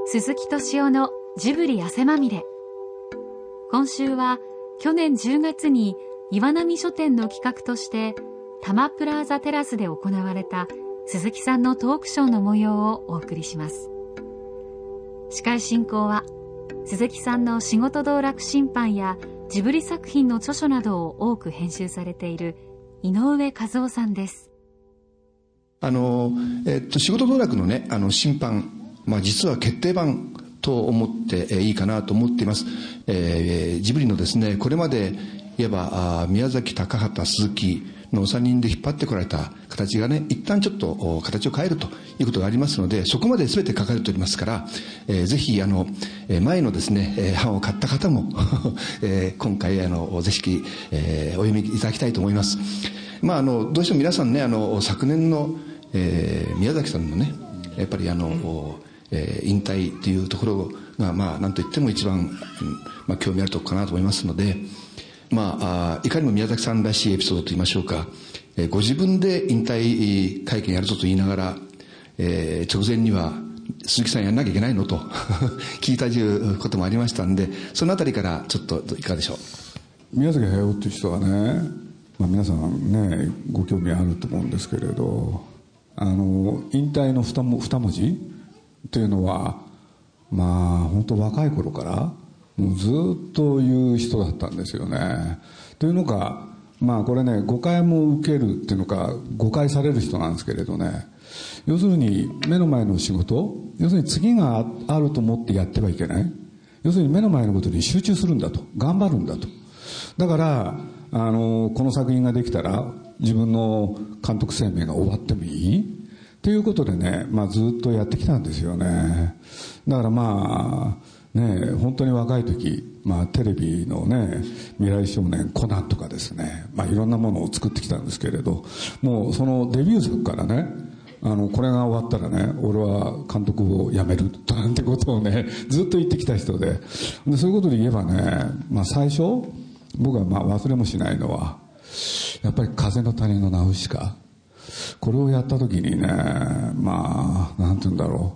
鈴木敏夫のジブリ汗まみれ。今週は去年10月に岩波書店の企画として多摩プラザテラスで行われた鈴木さんのトークショーの模様をお送りします。司会進行は鈴木さんの仕事道楽審判やジブリ作品の著書などを多く編集されている井上和夫さんです。 仕事道楽のね、審判、実は決定版と思っていいかなと思っています。ジブリのですね、これまでいわば宮崎、高畑、鈴木の3人で引っ張ってこられた形がね、一旦ちょっと形を変えるということがありますので、そこまで全て書かれておりますから、ぜひ前のですね版を買った方も今回ぜひお読みいただきたいと思います。どうしても皆さんね、昨年の宮崎さんのね、やっぱり引退というところが何といっても一番、興味あるところかなと思いますので、いかにも宮崎さんらしいエピソードといいましょうか、ご自分で引退会見やるぞと言いながら、直前には鈴木さんやんなきゃいけないのと聞いたということもありましたんで、そのあたりからちょっといかがでしょう。 宮崎駿っていう人はね、皆さんねご興味あると思うんですけれど、引退の二文字っていうのは本当若い頃からもうずっと言う人だったんですよね。というのかこれね、誤解も受けるっていうのか誤解される人なんですけれどね、要するに目の前の仕事、要するに次があると思ってやってはいけない、要するに目の前のことに集中するんだと、頑張るんだと。だからこの作品ができたら自分の監督生命が終わってもいいということでね、ずっとやってきたんですよね。だから本当に若い時、テレビのね、未来少年コナンとかですね、いろんなものを作ってきたんですけれど、もうそのデビュー作からね、これが終わったらね、俺は監督を辞めるなんてことをね、ずっと言ってきた人で、そういうことで言えばね、最初僕は忘れもしないのはやっぱり風の谷のナウシカ、これをやった時にね、なんて言うんだろ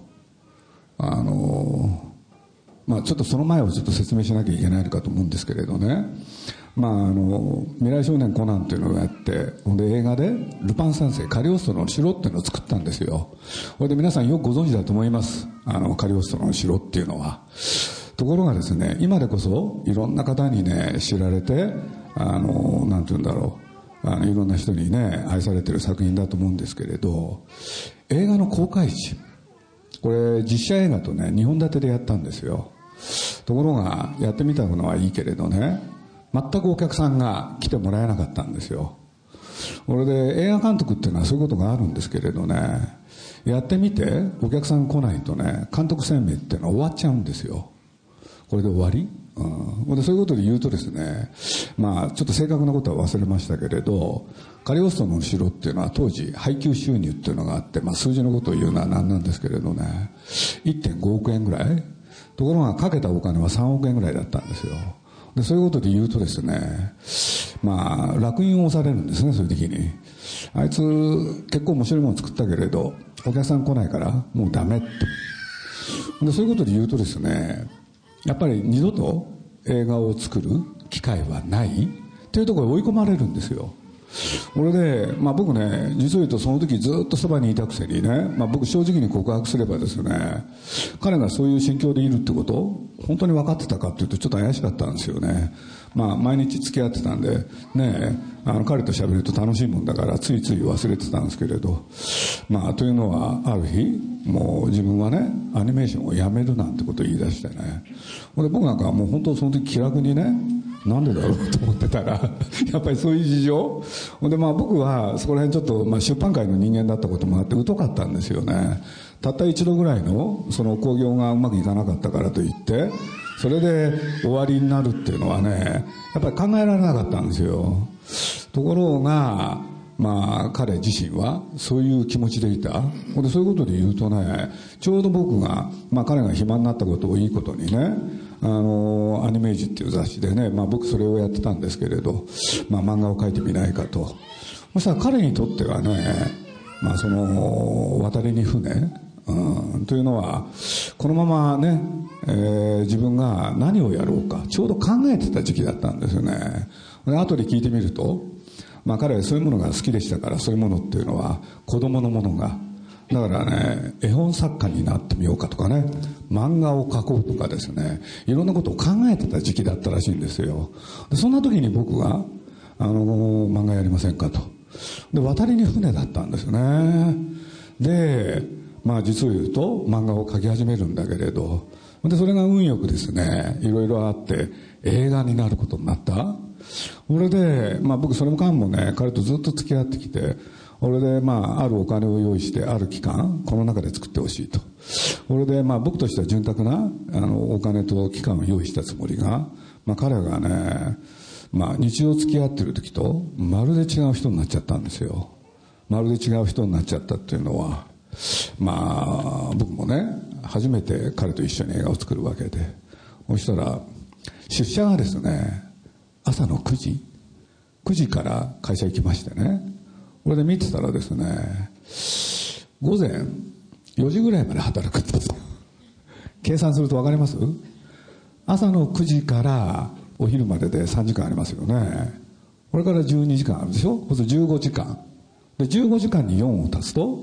う、ちょっとその前をちょっと説明しなきゃいけないのかと思うんですけれどね、未来少年コナンっていうのをやって、ほんで映画でルパン三世カリオストロの城っていうのを作ったんですよ。ほんで皆さんよくご存知だと思います、カリオストロの城っていうのは。ところがですね、今でこそいろんな方にね知られて、なんて言うんだろう、いろんな人にね愛されてる作品だと思うんですけれど、映画の公開時、これ実写映画とね2本立てでやったんですよ。ところがやってみたのはいいけれどね、全くお客さんが来てもらえなかったんですよ。これで映画監督っていうのはそういうことがあるんですけれどね、やってみてお客さん来ないとね、監督生命っていうのは終わっちゃうんですよ。これで終わり、でそういうことで言うとですね、ちょっと正確なことは忘れましたけれど、カリオストロの城っていうのは当時配給収入っていうのがあって、数字のことを言うのは何なんですけれどね、 1.5 億円ぐらい、ところがかけたお金は3億円ぐらいだったんですよ。でそういうことで言うとですね、烙印を押されるんですね。そういう時にあいつ結構面白いもの作ったけれどお客さん来ないからもうダメって。でそういうことで言うとですね、やっぱり二度と映画を作る機会はないというところに追い込まれるんですよ。これで、僕ね、実を言うとその時ずっとそばにいたくせにね、僕正直に告白すればですね、彼がそういう心境でいるってこと本当に分かってたかっていうとちょっと怪しかったんですよね。毎日付き合ってたんでね、彼と喋ると楽しいもんだからついつい忘れてたんですけれど、というのはある日もう自分はねアニメーションをやめるなんてことを言い出してね、で僕なんかもう本当その時気楽にね、なんでだろうと思ってたらやっぱりそういう事情で、僕はそこら辺ちょっと、出版界の人間だったこともあって疎かったんですよね。たった一度ぐらいのその興行がうまくいかなかったからといってそれで終わりになるっていうのはね、やっぱり考えられなかったんですよ。ところが彼自身はそういう気持ちでいた。でそういうことで言うとね、ちょうど僕が、彼が暇になったことをいいことにね、アニメージっていう雑誌でね、僕それをやってたんですけれど、漫画を描いてみないかと。そしたら彼にとってはね、その渡りに船というのはこのままね、自分が何をやろうかちょうど考えてた時期だったんですよね。後で聞いてみると、彼はそういうものが好きでしたから、そういうものっていうのは子供のものがだからね、絵本作家になってみようかとかね、漫画を描こうとかですね、いろんなことを考えてた時期だったらしいんですよ。でそんな時に僕が漫画やりませんかと。で渡りに船だったんですよね。で実を言うと漫画を描き始めるんだけれど、でそれが運よくですね、いろいろあって映画になることになった。それで僕それも間もね、彼とずっと付き合ってきて、それであるお金を用意してある期間この中で作ってほしいと。それで僕としては潤沢なお金と期間を用意したつもりが、彼がね日常付き合ってる時とまるで違う人になっちゃったんですよ。まるで違う人になっちゃったっていうのは、僕もね初めて彼と一緒に映画を作るわけで、そしたら出社がですね朝の9時から会社行きましてね、これで見てたらですね、午前4時ぐらいまで働くんですよ。計算すると分かります？朝の9時からお昼までで3時間ありますよね。これから12時間あるでしょ。そうすると15時間で、15時間に4を足すと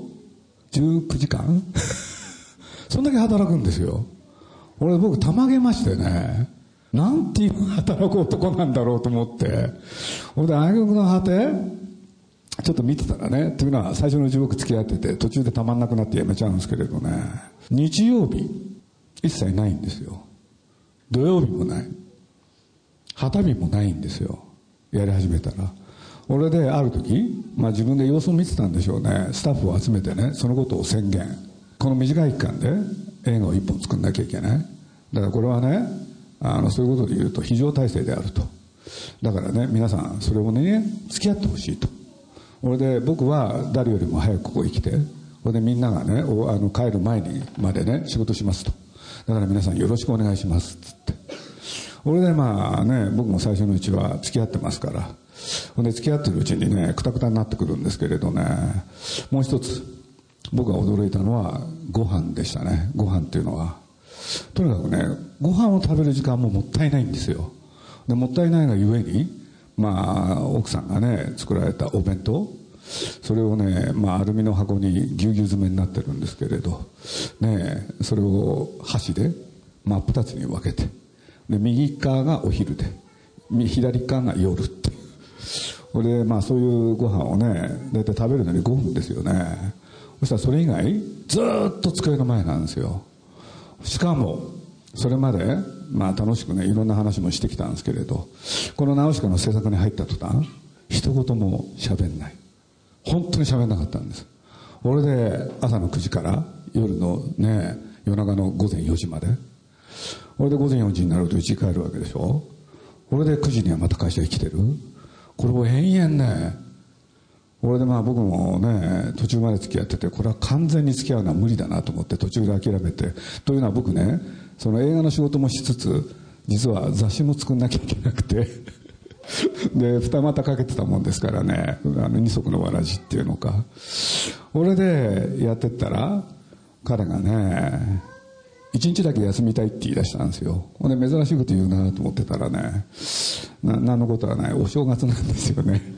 19時間そんだけ働くんですよ。俺僕たまげましてね、なんていう働く男なんだろうと思って、俺で挙句の果てちょっと見てたらね、というのは最初のうち僕付き合ってて途中でたまんなくなってやめちゃうんですけれどね、日曜日一切ないんですよ。土曜日もない、旗日もないんですよ、やり始めたら。俺である時、自分で様子を見てたんでしょうね、スタッフを集めてね、そのことを宣言。この短い期間で映画を一本作んなきゃいけない。だからこれはねそういうことで言うと非常体制であると。だからね、皆さんそれをね付き合ってほしいと。俺で僕は誰よりも早くここへ来て、これでみんながね帰る前にまでね仕事しますと。だから皆さんよろしくお願いしますっつって。俺で僕も最初のうちは付き合ってますから、で付き合ってるうちにねクタクタになってくるんですけれどね、もう一つ僕が驚いたのはご飯でしたね。ご飯っていうのはとにかくね、ご飯を食べる時間ももったいないんですよ。でもったいないがゆえに奥さんがね作られたお弁当、それをねアルミの箱にぎゅうぎゅう詰めになってるんですけれどね、それを箸で真っ二つに分けて、で右側がお昼で左側が夜っていう。それでそういうご飯をね大体食べるのに5分ですよね。そしたらそれ以外ずっと机の前なんですよ。しかもそれまで楽しくねいろんな話もしてきたんですけれど、このナウシカの制作に入った途端一言も喋んない。本当に喋んなかったんです。俺で朝の9時から夜のね夜中の午前4時まで、俺で午前4時になると家帰るわけでしょ。俺で9時にはまた会社に来てる。これを延々ね、俺で僕もね途中まで付き合ってて、これは完全に付き合うのは無理だなと思って途中で諦めて。というのは僕ねその映画の仕事もしつつ実は雑誌も作んなきゃいけなくてで二股かけてたもんですからね、二足のわらじっていうのか。俺でやってったら彼がね一日だけ休みたいって言い出したんですよ。で珍しいこと言うなと思ってたらね、何のことはない、お正月なんですよね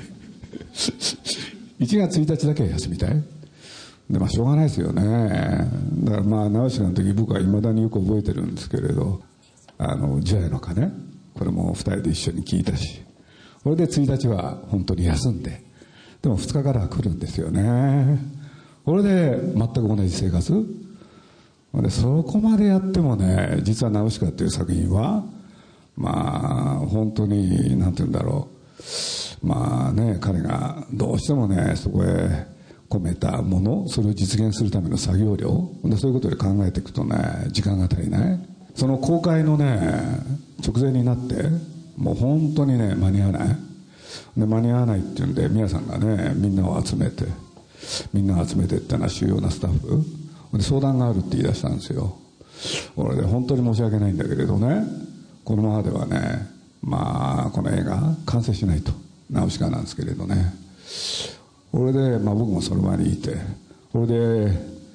1月1日だけは休みたいで、しょうがないですよね。だからナウシカの時僕はいまだによく覚えてるんですけれど、除夜の鐘、これも2人で一緒に聞いたし、これで1日は本当に休んで、でも2日からは来るんですよね。これで全く同じ生活で、そこまでやってもね、実はナウシカっていう作品は本当になんて言うんだろう、彼がどうしてもねそこへ込めたもの、それを実現するための作業量で、そういうことで考えていくとね時間が足りない。その公開のね直前になってもう本当にね間に合わないで、間に合わないっていうんで皆さんがねみんなを集めてってのは主要なスタッフで相談があるって言い出したんですよ。俺で本当に申し訳ないんだけれどね、このままではねこの映画完成しないと。ナウシカなんですけれどね、俺で僕もその場にいて、これで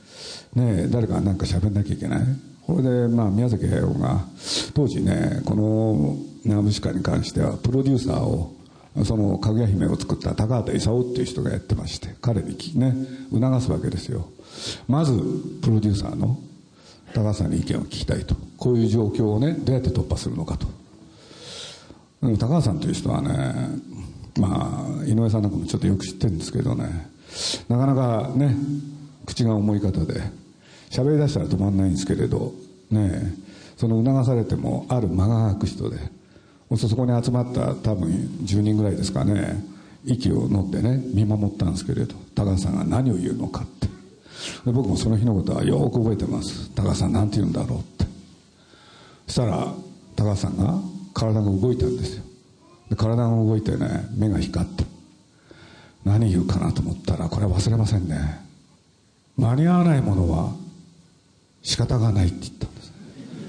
ね、誰かなんか喋んなきゃいけない。これで宮崎駿が当時ね、このナウシカに関してはプロデューサーをそのかぐや姫を作った高畑勲っていう人がやってまして、彼にね促すわけですよ。まずプロデューサーの高畑さんに意見を聞きたいと。こういう状況をねどうやって突破するのかと。でも高畑さんという人はね、井上さんなんかもちょっとよく知ってるんですけどね、なかなかね口が重い方で喋り出したら止まんないんですけれどね、その促されてもある間が空く人で、そこに集まった多分10人ぐらいですかね、息を飲んでね見守ったんですけれど、高畑さんが何を言うのかって。で僕もその日のことはよく覚えてます。高畑さんなんて言うんだろうって。そしたら高畑さんが体が動いたんですよ。で体が動いてね目が光って、何言うかなと思ったら、これは忘れませんね、間に合わないものは仕方がないって言ったんです。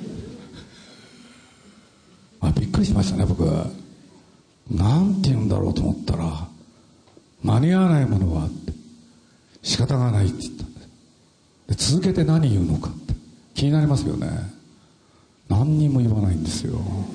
びっくりしましたね。僕はなんて言うんだろうと思ったら、間に合わないものはって仕方がないって言ったんです。で続けて何言うのかって気になりますよね。何にも言わないんですよ。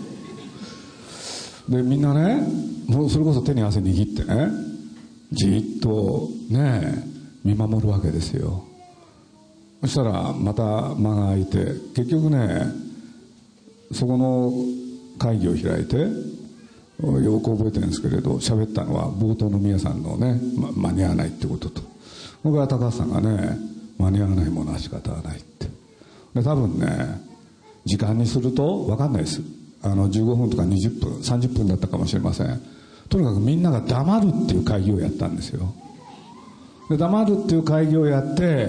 でみんなねもうそれこそ手に汗握ってねじっとね見守るわけですよ。そしたらまた間が空いて、結局ねそこの会議を開いてよく覚えてるんですけれど、喋ったのは冒頭の宮さんのね、間に合わないってことと、僕は高橋さんがね間に合わないものは仕方がないって。で多分ね時間にすると分かんないです。15分とか20分30分だったかもしれません。とにかくみんなが黙るっていう会議をやったんですよ。で黙るっていう会議をやって、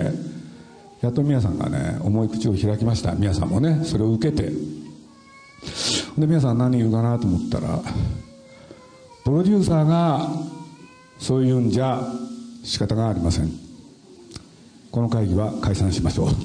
やっと宮さんがね重い口を開きました。宮さんもねそれを受けて、で宮さん何言うかなと思ったら、プロデューサーがそういうんじゃ仕方がありません、この会議は解散しましょう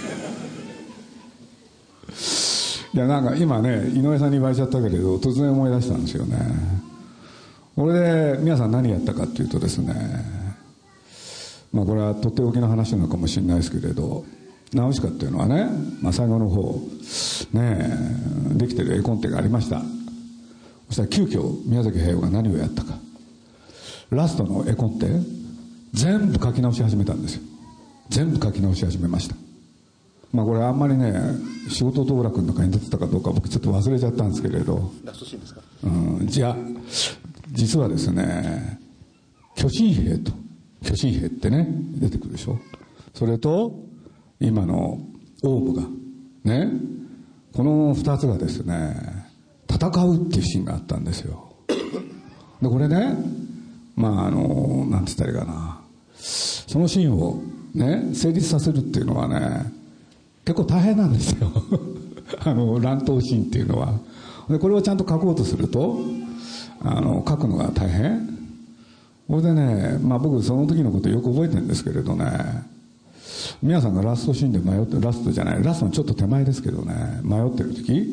いやなんか今ね井上さんに言われちゃったけれど、突然思い出したんですよね。俺で皆さん何やったかっていうとですね、これはとっておきの話なのかもしれないですけれど、ナウシカっていうのはね、最後の方ねできてる絵コンテがありました。そしたら急遽宮崎駿が何をやったか、ラストの絵コンテ全部書き直し始めたんですよ。全部書き直し始めました。これあんまりね仕事当落の中に出てたかどうか僕ちょっと忘れちゃったんですけれど、 ラストシーンですか。 じゃあ実はですね、巨神兵ってね出てくるでしょ。それと今のオウムがね、この2つがですね戦うっていうシーンがあったんですよ。でこれねなんて言ったらいいかな、そのシーンをね成立させるっていうのはね結構大変なんですよ乱闘シーンっていうのは。でこれをちゃんと書こうとすると書くのが大変。それでね僕その時のことよく覚えてるんですけれどね、皆さんがラストシーンで迷って、ラストのちょっと手前ですけどね迷ってる時、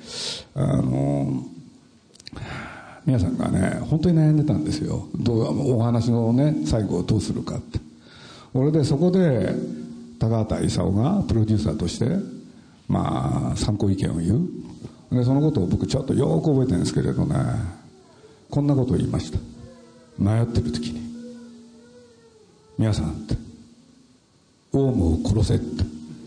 皆さんがね本当に悩んでたんですよ。お話のね最後をどうするかって。俺でそこで高畑勲がプロデューサーとして参考意見を言う。でそのことを僕ちょっとよく覚えてるんですけれどね、こんなことを言いました。迷ってる時に、皆さんってオウムを殺せって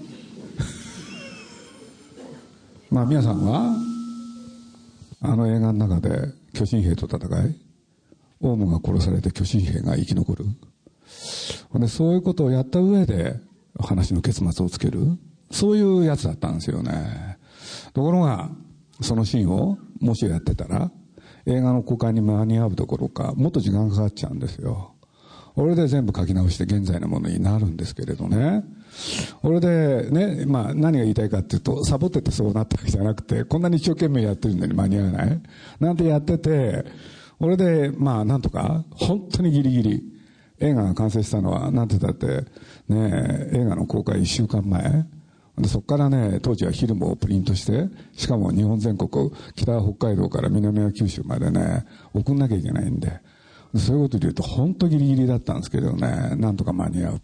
皆さんは映画の中で巨神兵と戦い、オウムが殺されて巨神兵が生き残る。でそういうことをやった上で話の結末をつける、そういうやつだったんですよね。ところがそのシーンをもしやってたら映画の公開に間に合うどころかもっと時間かかっちゃうんですよ。俺で全部書き直して現在のものになるんですけれどね、俺でね何が言いたいかっていうと、サボっててそうなったわけじゃなくて、こんなに一生懸命やってるのに間に合わないなんてやってて、俺でなんとか本当にギリギリ映画が完成したのはなんて言ったってね映画の公開1週間前で、そこからね当時はフィルムをプリントして、しかも日本全国北は北海道から南は九州までね送んなきゃいけないんで、そういうことで言うと本当ギリギリだったんですけどね、なんとか間に合う。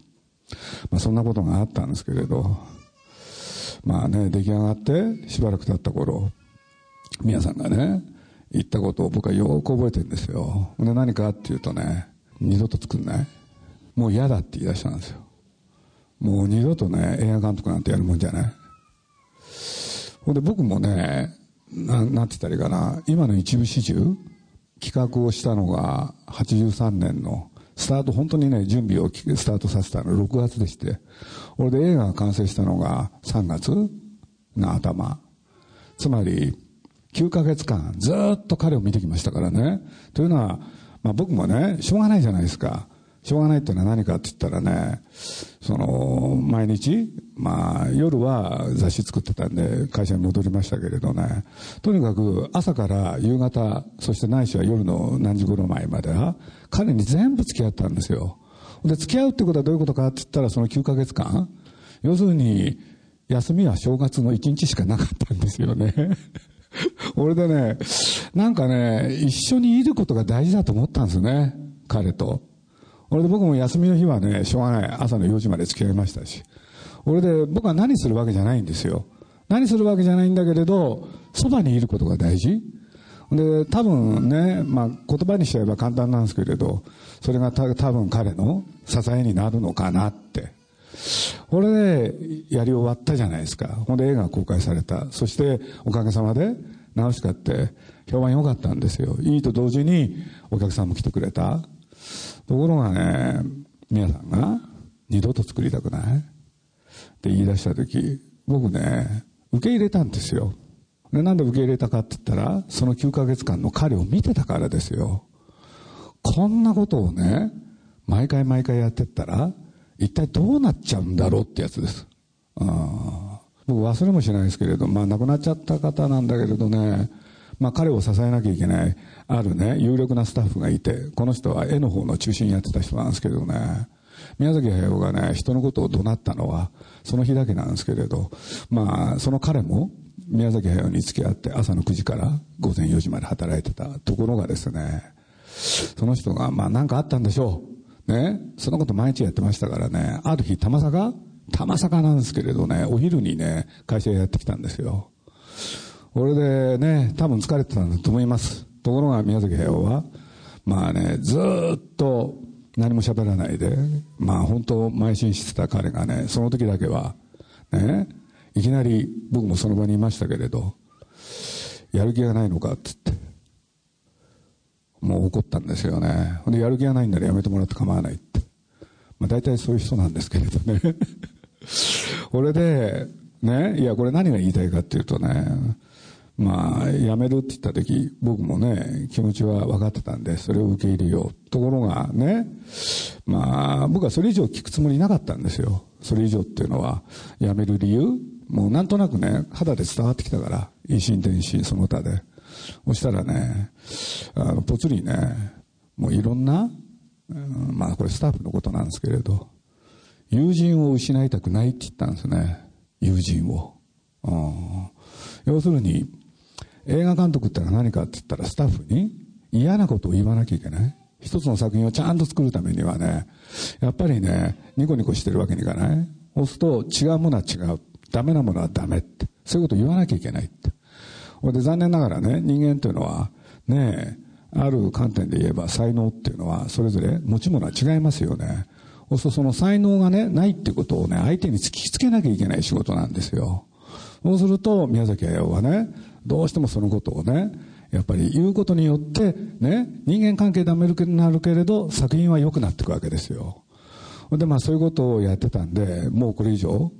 そんなことがあったんですけれど、出来上がってしばらく経った頃、宮さんがね言ったことを僕はよく覚えてるんですよ。で何かっていうとね、二度と作んない、もう嫌だって言い出したんですよ。もう二度とね映画監督なんてやるもんじゃない。ほんで僕もね、なんて言ったらいいかな、今の一部始終企画をしたのが83年のスタート、本当にね準備をスタートさせたの6月でして、俺で映画が完成したのが3月の頭、つまり9ヶ月間ずっと彼を見てきましたからね。というのは、僕もねしょうがないじゃないですか。しょうがないっていうのは何かって言ったらね、毎日、夜は雑誌作ってたんで会社に戻りましたけれどね、とにかく朝から夕方、そしてないしは夜の何時頃前までは彼に全部付き合ったんですよ。で付き合うってことはどういうことかって言ったら、その9ヶ月間、要するに休みは正月の1日しかなかったんですよね俺でね、なんかね一緒にいることが大事だと思ったんですよね、彼と。俺で僕も休みの日はねしょうがない、朝の4時まで付き合いましたし、俺で僕は何するわけじゃないんですよ。何するわけじゃないんだけれど、そばにいることが大事で、多分ね、言葉にしちゃえば簡単なんですけれど、それが多分彼の支えになるのかなって。これでやり終わったじゃないですか。ほんで映画が公開された。そしておかげさまでナウシカって評判良かったんですよ。いいと同時にお客さんも来てくれた。ところがね、皆さんが二度と作りたくないって言い出した時、僕ね受け入れたんですよ。でなんで受け入れたかって言ったら、その9ヶ月間の彼を見てたからですよ。こんなことをね毎回やってったら一体どうなっちゃうんだろうってやつです。僕忘れもしないですけれど、亡くなっちゃった方なんだけれどね、彼を支えなきゃいけないあるね有力なスタッフがいて、この人は絵の方の中心やってた人なんですけどね、宮崎駿がね人のことを怒鳴ったのはその日だけなんですけれど、その彼も宮崎駿に付き合って朝の9時から午前4時まで働いてたところがですね、その人が何かあったんでしょうね、そのこと毎日やってましたからね、ある日たまさかなんですけれどね、お昼にね会社へやってきたんですよ。俺でね多分疲れてたんだと思います。ところが宮崎駿はずーっと何も喋らないで、本当邁進してた彼がね、その時だけはね、いきなり僕もその場にいましたけれど、やる気がないのかって言ってもう怒ったんですよね。でやる気がないんならやめてもらって構わないって、大体そういう人なんですけれどねこれでね、いやこれ何が言いたいかっていうとね、やめるって言った時僕もね気持ちは分かってたんで、それを受け入れよう。ところがね、僕はそれ以上聞くつもりなかったんですよ。それ以上っていうのはやめる理由もうなんとなくね肌で伝わってきたから、一心伝心その他で。そしたらねぽつりね、もういろんなこれスタッフのことなんですけれど、友人を失いたくないって言ったんですね。友人を、要するに映画監督ってのは何かって言ったら、スタッフに嫌なことを言わなきゃいけない。一つの作品をちゃんと作るためにはね、やっぱりねニコニコしてるわけにいかない。そうすると違うものは違う、ダメなものはダメって、そういうことを言わなきゃいけないって。で残念ながらね、人間というのはね、ある観点で言えば才能っていうのはそれぞれ持ち物は違いますよね。そうするとその才能がねないっていうことをね相手に突きつけなきゃいけない仕事なんですよ。そうすると宮崎駿はね、どうしてもそのことをねやっぱり言うことによってね、人間関係ダメになるけれど作品は良くなっていくわけですよ。でそういうことをやってたんで、もうこれ以上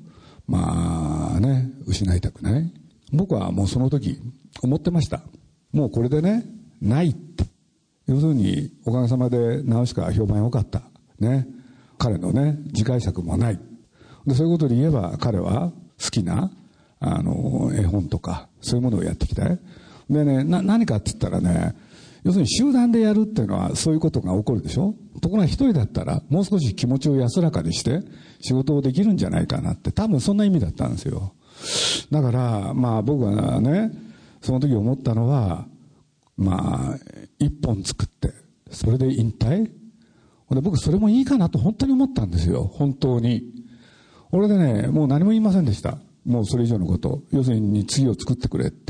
失いたくない。僕はもうその時思ってました。もうこれでねないって、要するにおかげさまでナウシカ評判良かったね、彼のね次回作もないで、そういうことで言えば彼は好きな絵本とかそういうものをやってきたいでね、何かって言ったらね、要するに集団でやるっていうのはそういうことが起こるでしょ。ところが一人だったらもう少し気持ちを安らかにして仕事をできるんじゃないかなって、多分そんな意味だったんですよ。だから僕はねその時思ったのは、一本作ってそれで引退。 で僕それもいいかなと本当に思ったんですよ。本当に。俺でね、もう何も言いませんでした。もうそれ以上のこと。要するに次を作ってくれって。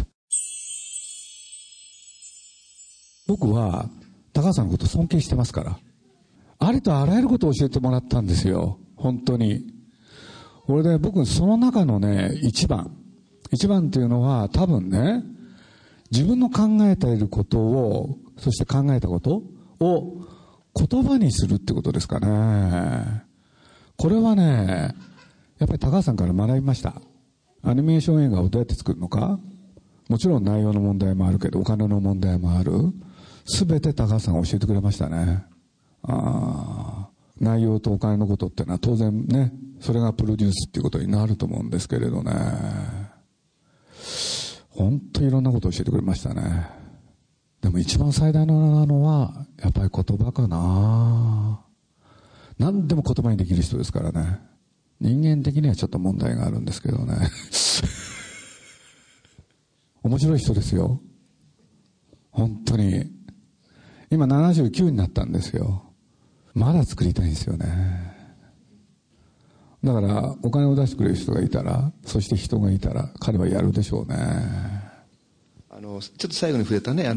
僕は高橋さんのこと尊敬してますから。ありとあらゆることを教えてもらったんですよ。本当に。俺で僕その中のね、一番っていうのは多分ね、自分の考えていることを、そして考えたことを言葉にするってことですかね。これはね、やっぱり高橋さんから学びました。アニメーション映画をどうやって作るのか。もちろん内容の問題もあるけど、お金の問題もある。すべて高橋さんが教えてくれましたね。内容とお金のことってのは当然ね、それがプロデュースっていうことになると思うんですけれどね。本当にいろんなことを教えてくれましたね。でも一番最大なのはやっぱり言葉かな。何でも言葉にできる人ですからね。人間的にはちょっと問題があるんですけどね。面白い人ですよ。本当に。今79になったんですよ。まだ作りたいんですよね。だからお金を出してくれる人がいたら、そして人がいたら彼はやるでしょうね。 ちょっと最後に触れたね、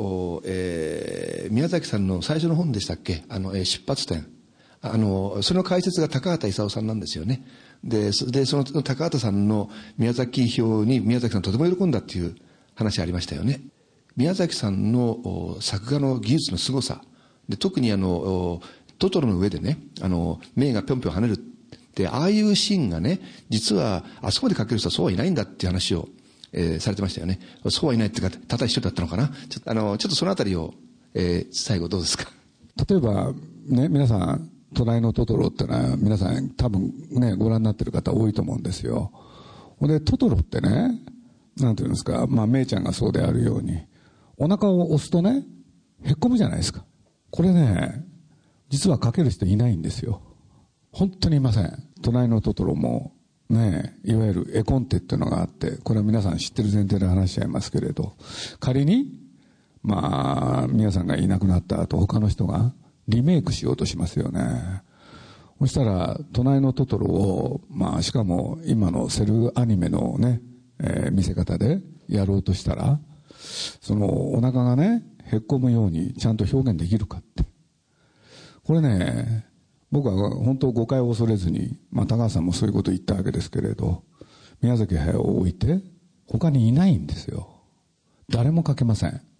宮崎さんの最初の本でしたっけ、出発点。その解説が高畑勲さんなんですよね。で、その高畑さんの宮崎表に宮崎さんとても喜んだっていう話ありましたよね。宮崎さんの作画の技術の凄さ。で、特にトトロの上でね、目がぴょんぴょん跳ねる。で、ああいうシーンがね、実は、あそこで描ける人はそうはいないんだっていう話を、されてましたよね。そうはいないっていうか、ただ一人だったのかな。ちょっとそのあたりを、最後どうですか。 例えば、ね、皆さん、隣のトトロってのは、皆さん多分ね、ご覧になってる方多いと思うんですよ。で、トトロってね、なんていうんですか、まあ、メイちゃんがそうであるように、お腹を押すとね、へっこむじゃないですか。これね、実は描ける人いないんですよ。本当にいません。隣のトトロも、ね、いわゆる絵コンテっていうのがあって、これは皆さん知ってる前提で話しちゃいますけれど、仮に、まあ、皆さんがいなくなった後、他の人がリメイクしようとしますよね。そしたら、隣のトトロを、まあ、しかも今のセルアニメのね、見せ方でやろうとしたら、そのお腹がね、へっこむようにちゃんと表現できるかって。これね、僕は本当誤解を恐れずに、まあ高橋さんもそういうことを言ったわけですけれど、宮崎駿を置いて他にいないんですよ。誰も描けません。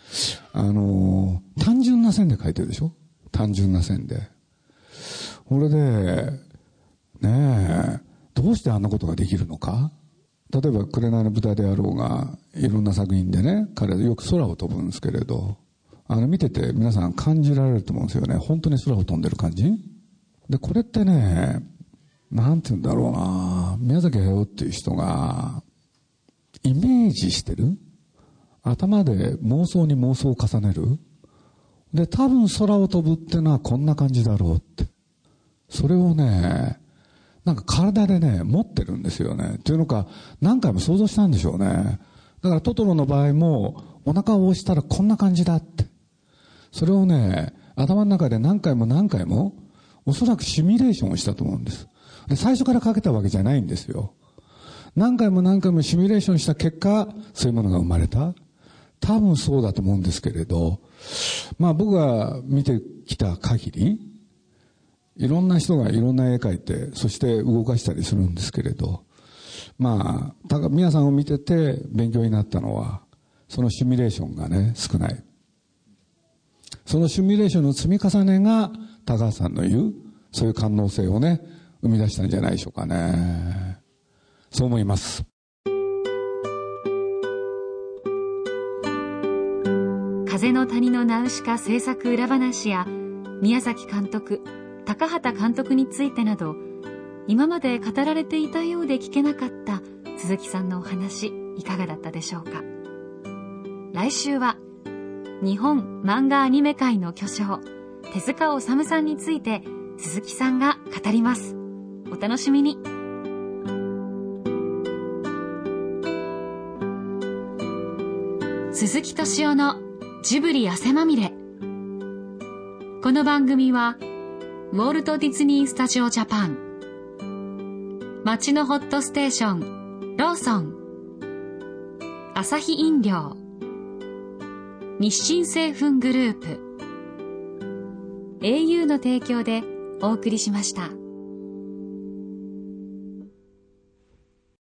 単純な線で描いてるでしょ。単純な線で。これで、ねえ、どうしてあんなことができるのか。例えば紅の豚であろうが、いろんな作品でね、彼はよく空を飛ぶんですけれど、見てて皆さん感じられると思うんですよね。本当に空を飛んでる感じで、これってね、なんて言うんだろうな、宮崎駿っていう人がイメージしてる、頭で妄想に妄想を重ねる。で、多分空を飛ぶってのはこんな感じだろうって、それをね、なんか体でね持ってるんですよね。というのか、何回も想像したんでしょうね。だからトトロの場合も、お腹を押したらこんな感じだって、それをね、頭の中で何回も何回も、おそらくシミュレーションをしたと思うんです。で、最初からかけたわけじゃないんですよ。何回も何回もシミュレーションした結果、そういうものが生まれた。多分そうだと思うんですけれど、まあ僕が見てきた限り、いろんな人がいろんな絵描いて、そして動かしたりするんですけれど、まあ、皆さんを見てて勉強になったのは、そのシミュレーションがね、少ない。そのシミュレーションの積み重ねが、高橋さんの言う、そういう可能性をね、生み出したんじゃないでしょうかね。そう思います。 風の谷のナウシカ制作裏話や、宮崎監督、高畑監督についてなど、今まで語られていたようで聞けなかった鈴木さんのお話、いかがだったでしょうか。来週は日本漫画アニメ界の巨匠、手塚治虫さんについて鈴木さんが語ります。お楽しみに。鈴木敏夫のジブリ汗まみれ。この番組はウォルト・ディズニー・スタジオ・ジャパン、街のホットステーションローソン、アサヒ飲料、日清製粉グループ、au の提供でお送りしました。